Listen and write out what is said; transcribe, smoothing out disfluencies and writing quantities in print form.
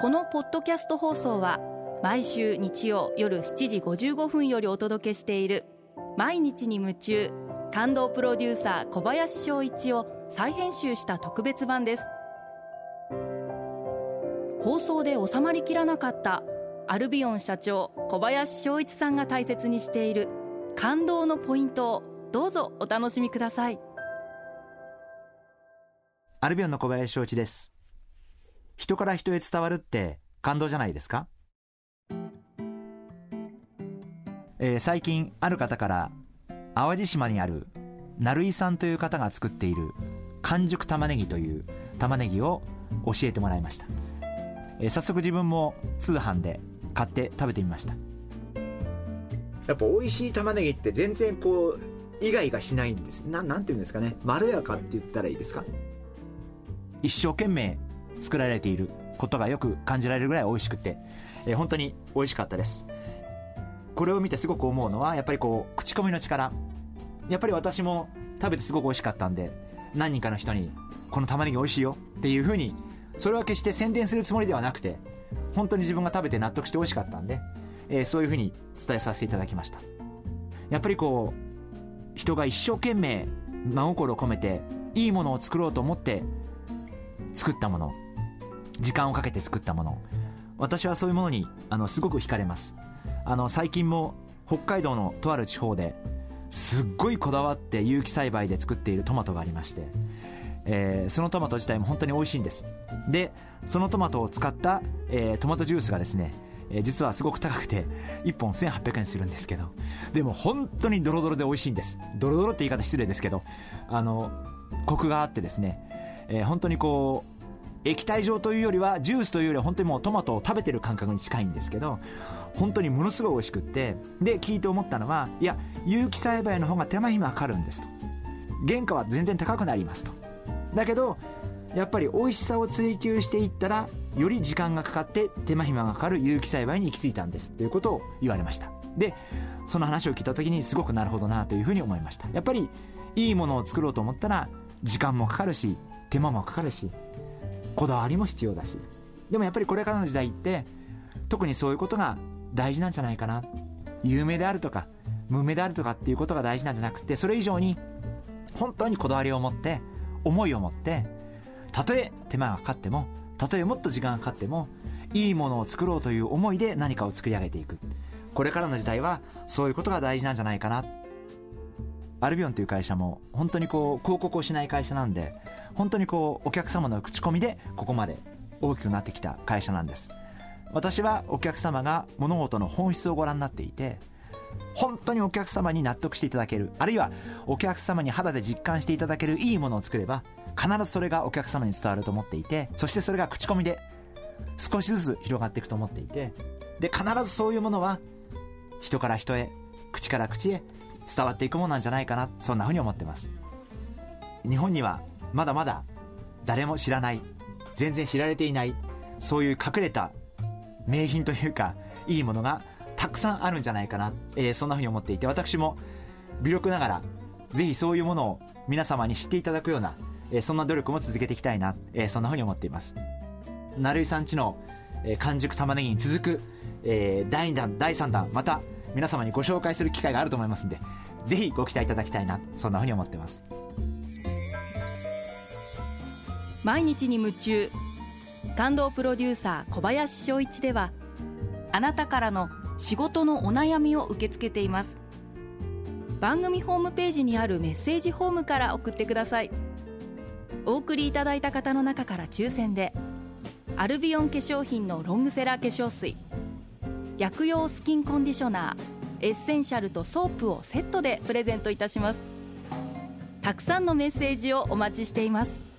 このポッドキャスト放送は毎週日曜夜7時55分よりお届けしている毎日に夢中感動プロデューサー小林翔一を再編集した特別版です。放送で収まりきらなかったアルビオン社長小林翔一さんが大切にしている感動のポイントをどうぞお楽しみください。 アルビオンの小林翔一です。人から人へ伝わるって感動じゃないですか？最近ある方から淡路島にある成井さんという方が作っている完熟玉ねぎという玉ねぎを教えてもらいました。早速自分も通販で買って食べてみました。やっぱ美味しい玉ねぎって全然こうイガイガしないんです。なんていうんですかね、まろやかって言ったらいいですか。一生懸命作られていることがよく感じられるぐらい美味しくて、本当に美味しかったです。これを見てすごく思うのはやっぱりこう口コミの力。やっぱり私も食べてすごく美味しかったんで、何人かの人にこの玉ねぎ美味しいよっていう風に、それは決して宣伝するつもりではなくて、本当に自分が食べて納得して美味しかったんで、そういう風に伝えさせていただきました。やっぱりこう人が一生懸命真心を込めていいものを作ろうと思って作ったもの、時間をかけて作ったもの、私はそういうものにすごく惹かれます。最近も北海道のとある地方ですっごいこだわって有機栽培で作っているトマトがありまして、そのトマト自体も本当に美味しいんです。でそのトマトを使った、トマトジュースがですね、実はすごく高くて1本1800円するんですけど、でも本当にドロドロで美味しいんです。ドロドロって言い方失礼ですけど、コクがあってですね、本当にこう液体状というよりはジュースというよりは本当にもうトマトを食べてる感覚に近いんですけど、本当にものすごい美味しくって、で聞いて思ったのは、いや有機栽培の方が手間暇かかるんですと、原価は全然高くなりますと、だけどやっぱり美味しさを追求していったらより時間がかかって手間暇がかかる有機栽培に行き着いたんですということを言われました。でその話を聞いた時にすごくなるほどなというふうに思いました。やっぱりいいものを作ろうと思ったら時間もかかるし手間もかかるしこだわりも必要だし、でもやっぱりこれからの時代って特にそういうことが大事なんじゃないかな。有名であるとか無名であるとかっていうことが大事なんじゃなくて、それ以上に本当にこだわりを持って思いを持って、たとえ手間がかかっても、たとえもっと時間がかかってもいいものを作ろうという思いで何かを作り上げていく。これからの時代はそういうことが大事なんじゃないかな。アルビオンという会社も本当にこう広告をしない会社なんで、本当にこうお客様の口コミでここまで大きくなってきた会社なんです。私はお客様が物事の本質をご覧になっていて、本当にお客様に納得していただける、あるいはお客様に肌で実感していただけるいいものを作れば必ずそれがお客様に伝わると思っていて、そしてそれが口コミで少しずつ広がっていくと思っていて、で必ずそういうものは人から人へ口から口へ伝わっていくものなんじゃないかな、そんなふうに思ってます。日本にはまだまだ誰も知らない、全然知られていない、そういう隠れた名品というかいいものがたくさんあるんじゃないかな、そんなふうに思っていて、私も微力ながらぜひそういうものを皆様に知っていただくような、そんな努力も続けていきたいな、そんなふうに思っています。成井さんちの、完熟玉ねぎに続く、第2弾第3弾また皆様にご紹介する機会があると思いますので、ぜひご期待いただきたいな、そんなふうに思っています。 毎日に夢中感動プロデューサー小林翔一では、あなたからの仕事のお悩みを受け付けています。番組ホームページにあるメッセージフォームから送ってください。お送りいただいた方の中から抽選でアルビオン化粧品のロングセラー化粧水、薬用スキンコンディショナー、エッセンシャルとソープをセットでプレゼントいたします。たくさんのメッセージをお待ちしています。